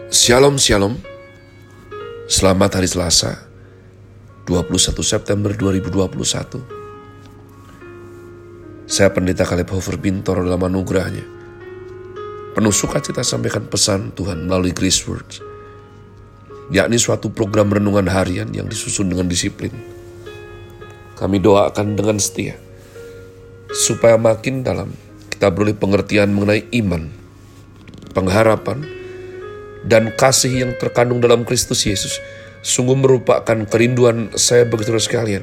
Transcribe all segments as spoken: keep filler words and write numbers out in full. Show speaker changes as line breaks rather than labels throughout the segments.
Shalom Shalom. Selamat hari Selasa dua puluh satu September dua ribu dua puluh satu. Saya Pendeta Caleb Hofer Bintoro dalam anugerahnya penuh sukacita sampaikan pesan Tuhan melalui Grace Words, yakni suatu program renungan harian yang disusun dengan disiplin. Kami doakan dengan setia supaya makin dalam kita beroleh pengertian mengenai iman, pengharapan, dan kasih yang terkandung dalam Kristus Yesus. Sungguh merupakan kerinduan saya bagi saudara sekalian,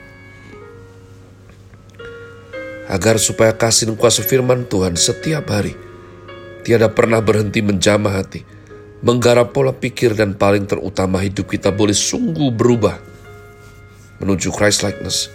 agar supaya kasih dan kuasa firman Tuhan setiap hari tiada pernah berhenti menjamah hati, menggarap pola pikir, dan paling terutama hidup kita boleh sungguh berubah menuju Christ-likeness.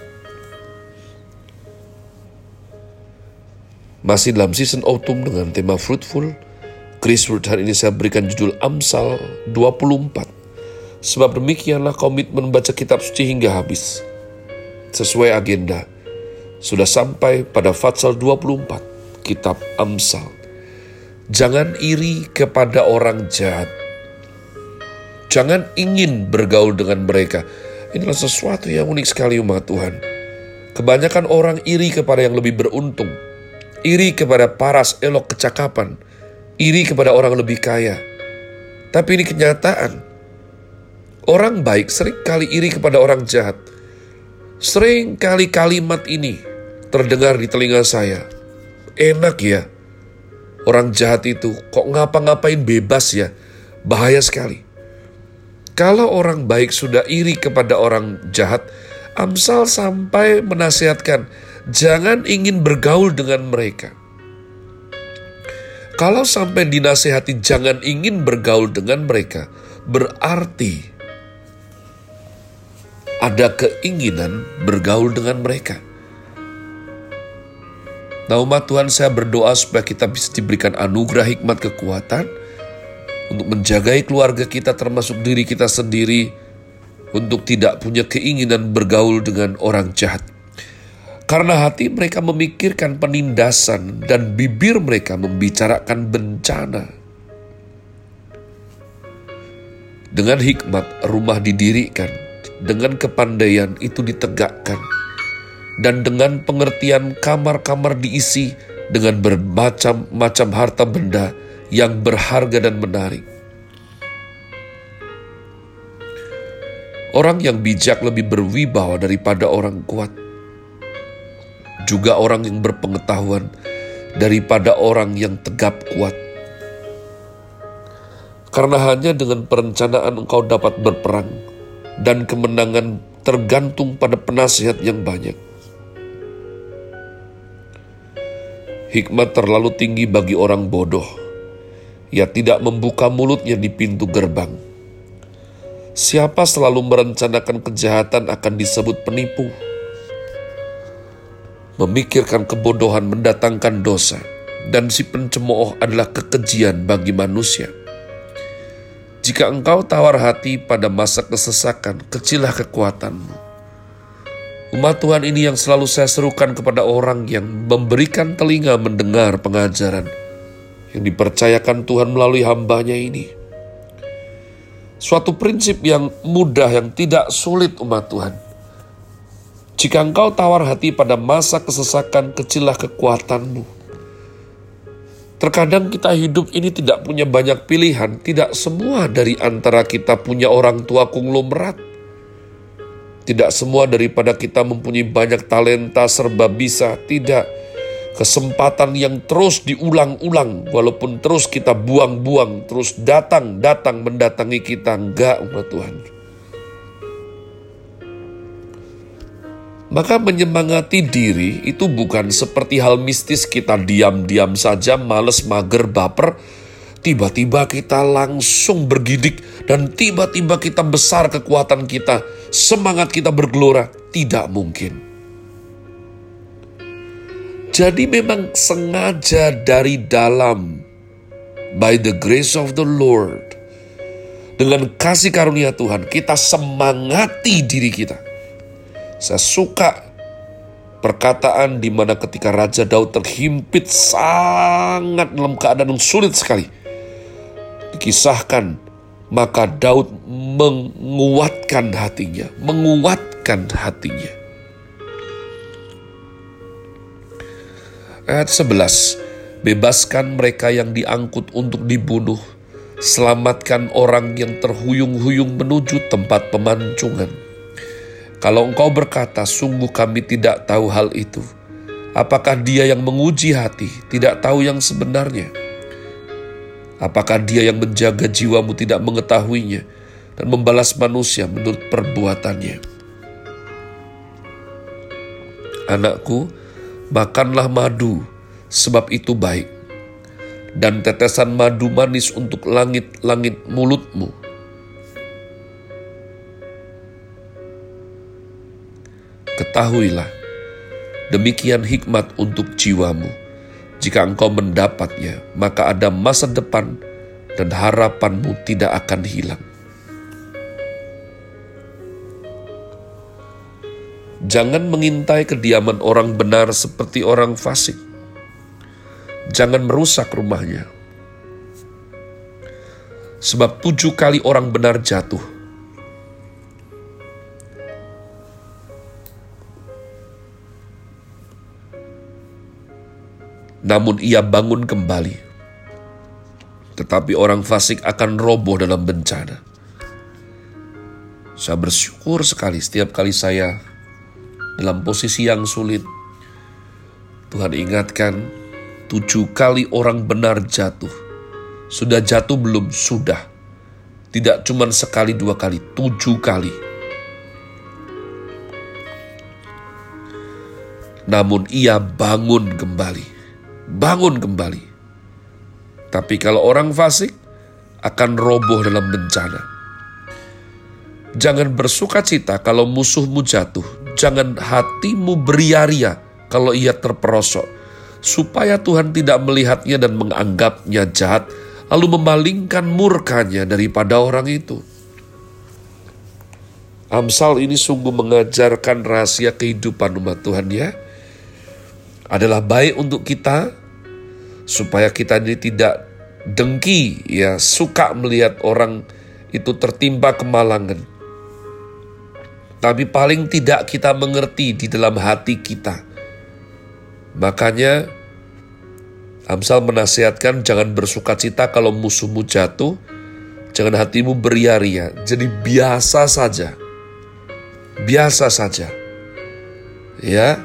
Masih dalam season autumn dengan tema fruitful, Grace Word hari ini saya berikan judul Amsal dua puluh empat. Sebab demikianlah komitmen membaca kitab suci hingga habis. Sesuai agenda, sudah sampai pada Fatsal dua puluh empat, kitab Amsal. Jangan iri kepada orang jahat. Jangan ingin bergaul dengan mereka. Inilah sesuatu yang unik sekali umat Tuhan. Kebanyakan orang iri kepada yang lebih beruntung, iri kepada paras elok kecakapan, iri kepada orang lebih kaya. Tapi ini kenyataan. Orang baik sering kali iri kepada orang jahat. Sering kali kalimat ini terdengar di telinga saya. Enak ya, orang jahat itu kok ngapa-ngapain bebas ya. Bahaya sekali. Kalau orang baik sudah iri kepada orang jahat, Amsal sampai menasihatkan, jangan ingin bergaul dengan mereka. Kalau sampai dinasihati jangan ingin bergaul dengan mereka, berarti ada keinginan bergaul dengan mereka. Nah umat Tuhan, saya berdoa supaya kita bisa diberikan anugerah hikmat kekuatan untuk menjagai keluarga kita termasuk diri kita sendiri, untuk tidak punya keinginan bergaul dengan orang jahat. Karena hati mereka memikirkan penindasan dan bibir mereka membicarakan bencana. Dengan hikmat rumah didirikan, dengan kepandaian itu ditegakkan, dan dengan pengertian kamar-kamar diisi dengan bermacam-macam harta benda yang berharga dan menarik. Orang yang bijak lebih berwibawa daripada orang kuat. Juga orang yang berpengetahuan daripada orang yang tegap kuat. Karena hanya dengan perencanaan engkau dapat berperang, dan kemenangan tergantung pada penasihat yang banyak. Hikmat terlalu tinggi bagi orang bodoh. Ia tidak membuka mulutnya di pintu gerbang. Siapa selalu merencanakan kejahatan akan disebut penipu. Memikirkan kebodohan mendatangkan dosa, dan si pencemooh adalah kekejian bagi manusia. Jika engkau tawar hati pada masa kesesakan, kecillah kekuatanmu. Umat Tuhan, ini yang selalu saya serukan kepada orang yang memberikan telinga mendengar pengajaran yang dipercayakan Tuhan melalui hambanya ini. Suatu prinsip yang mudah, yang tidak sulit umat Tuhan. Jika engkau tawar hati pada masa kesesakan, kecillah kekuatanmu. Terkadang kita hidup ini tidak punya banyak pilihan. Tidak semua dari antara kita punya orang tua konglomerat. Tidak semua daripada kita mempunyai banyak talenta serba bisa. Tidak. Kesempatan yang terus diulang-ulang, walaupun terus kita buang-buang, terus datang-datang mendatangi kita. Enggak, umat Tuhan. Maka menyemangati diri itu bukan seperti hal mistis kita diam-diam saja, males, mager, baper. Tiba-tiba kita langsung bergidik dan tiba-tiba kita besar kekuatan kita, semangat kita bergelora. Tidak mungkin. Jadi memang sengaja dari dalam, by the grace of the Lord, dengan kasih karunia Tuhan, kita semangati diri kita. Saya suka perkataan di mana ketika Raja Daud terhimpit sangat dalam keadaan yang sulit sekali. Dikisahkan, maka Daud menguatkan hatinya, menguatkan hatinya. Ayat sebelas, bebaskan mereka yang diangkut untuk dibunuh, selamatkan orang yang terhuyung-huyung menuju tempat pemancungan. Kalau engkau berkata, sungguh kami tidak tahu hal itu, apakah dia yang menguji hati tidak tahu yang sebenarnya? Apakah dia yang menjaga jiwamu tidak mengetahuinya dan membalas manusia menurut perbuatannya? Anakku, makanlah madu, sebab itu baik, dan tetesan madu manis untuk langit-langit mulutmu. Ketahuilah, demikian hikmat untuk jiwamu. Jika engkau mendapatnya, maka ada masa depan dan harapanmu tidak akan hilang. Jangan mengintai kediaman orang benar seperti orang fasik. Jangan merusak rumahnya. Sebab tujuh kali orang benar jatuh, namun ia bangun kembali. Tetapi orang fasik akan roboh dalam bencana. Saya bersyukur sekali setiap kali saya dalam posisi yang sulit, Tuhan ingatkan, tujuh kali orang benar jatuh. Sudah jatuh belum? Sudah. Tidak cuma sekali dua kali, tujuh kali. Namun ia bangun kembali. Bangun kembali. Tapi kalau orang fasik akan roboh dalam bencana. Jangan bersuka cita kalau musuhmu jatuh. Jangan hatimu beria-ria kalau ia terperosok, supaya Tuhan tidak melihatnya dan menganggapnya jahat, lalu memalingkan murkanya daripada orang itu. Amsal ini sungguh mengajarkan rahasia kehidupan umat Tuhan ya. Adalah baik untuk kita, supaya kita ini tidak dengki, ya, suka melihat orang itu tertimpa kemalangan. Tapi paling tidak kita mengerti di dalam hati kita. Makanya Amsal menasihatkan jangan bersuka cita kalau musuhmu jatuh, jangan hatimu beria-ria. Jadi biasa saja, biasa saja, ya,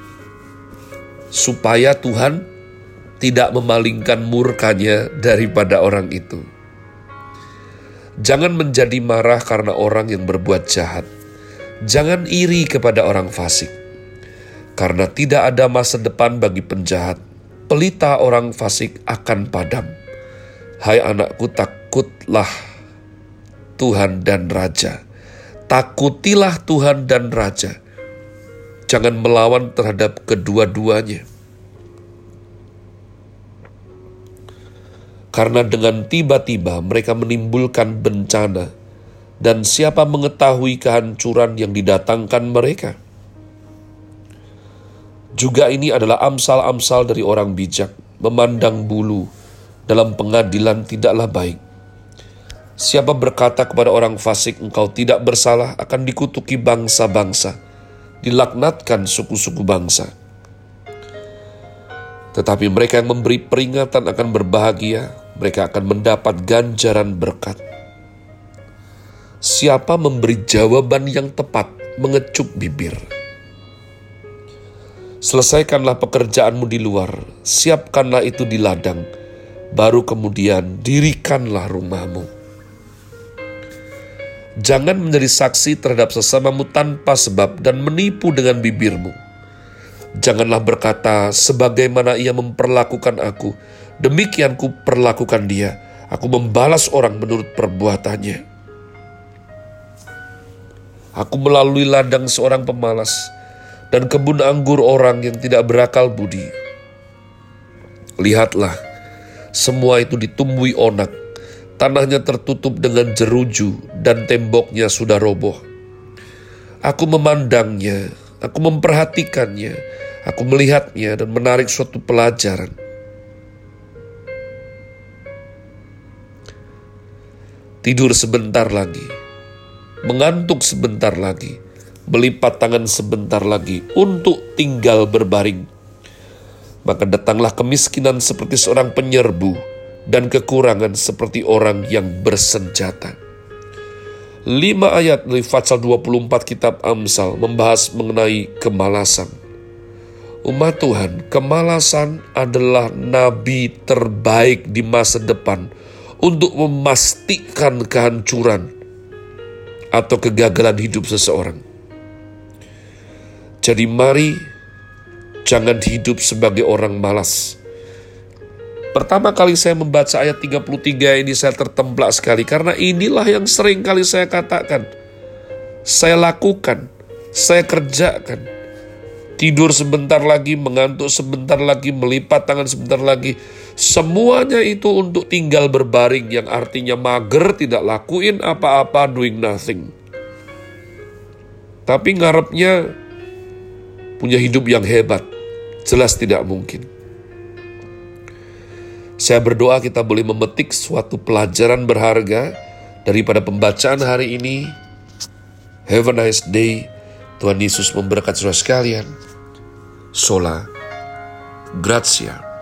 supaya Tuhan tidak memalingkan murkanya daripada orang itu. Jangan menjadi marah karena orang yang berbuat jahat. Jangan iri kepada orang fasik, karena tidak ada masa depan bagi penjahat. Pelita orang fasik akan padam. Hai anakku, takutlah Tuhan dan Raja. Takutilah Tuhan dan Raja. Jangan melawan terhadap kedua-duanya. Karena dengan tiba-tiba mereka menimbulkan bencana, dan siapa mengetahui kehancuran yang didatangkan mereka? Juga ini adalah amsal-amsal dari orang bijak, memandang bulu dalam pengadilan tidaklah baik. Siapa berkata kepada orang fasik, engkau tidak bersalah, akan dikutuki bangsa-bangsa, dilaknatkan suku-suku bangsa. Tetapi mereka yang memberi peringatan akan berbahagia, mereka akan mendapat ganjaran berkat. Siapa memberi jawaban yang tepat, mengecup bibir. Selesaikanlah pekerjaanmu di luar, siapkanlah itu di ladang, baru kemudian dirikanlah rumahmu. Jangan menjadi saksi terhadap sesamamu tanpa sebab dan menipu dengan bibirmu. Janganlah berkata, sebagaimana ia memperlakukan aku, demikian ku perlakukan dia. Aku membalas orang menurut perbuatannya. Aku melalui ladang seorang pemalas dan kebun anggur orang yang tidak berakal budi. Lihatlah, semua itu ditumbuhi onak. Tanahnya tertutup dengan jeruju dan temboknya sudah roboh. Aku memandangnya, aku memperhatikannya, aku melihatnya dan menarik suatu pelajaran. tidur sebentar lagi, mengantuk sebentar lagi, melipat tangan sebentar lagi untuk tinggal berbaring. Maka datanglah kemiskinan seperti seorang penyerbu dan kekurangan seperti orang yang bersenjata. Lima ayat dari pasal dua puluh empat kitab Amsal membahas mengenai kemalasan. Umat Tuhan, kemalasan adalah nabi terbaik di masa depan untuk memastikan kehancuran atau kegagalan hidup seseorang. Jadi mari jangan hidup sebagai orang malas. Pertama kali saya membaca ayat tiga puluh tiga ini saya tertemplak sekali, karena inilah yang sering kali saya katakan, saya lakukan, saya kerjakan. Tidur sebentar lagi, mengantuk sebentar lagi, melipat tangan sebentar lagi. Semuanya itu untuk tinggal berbaring, yang artinya mager, tidak lakuin apa-apa, doing nothing. Tapi ngarepnya punya hidup yang hebat, jelas tidak mungkin. Saya berdoa kita boleh memetik suatu pelajaran berharga daripada pembacaan hari ini. Have a nice day. Tuhan Yesus memberkati saudara sekalian. Sola Gratia.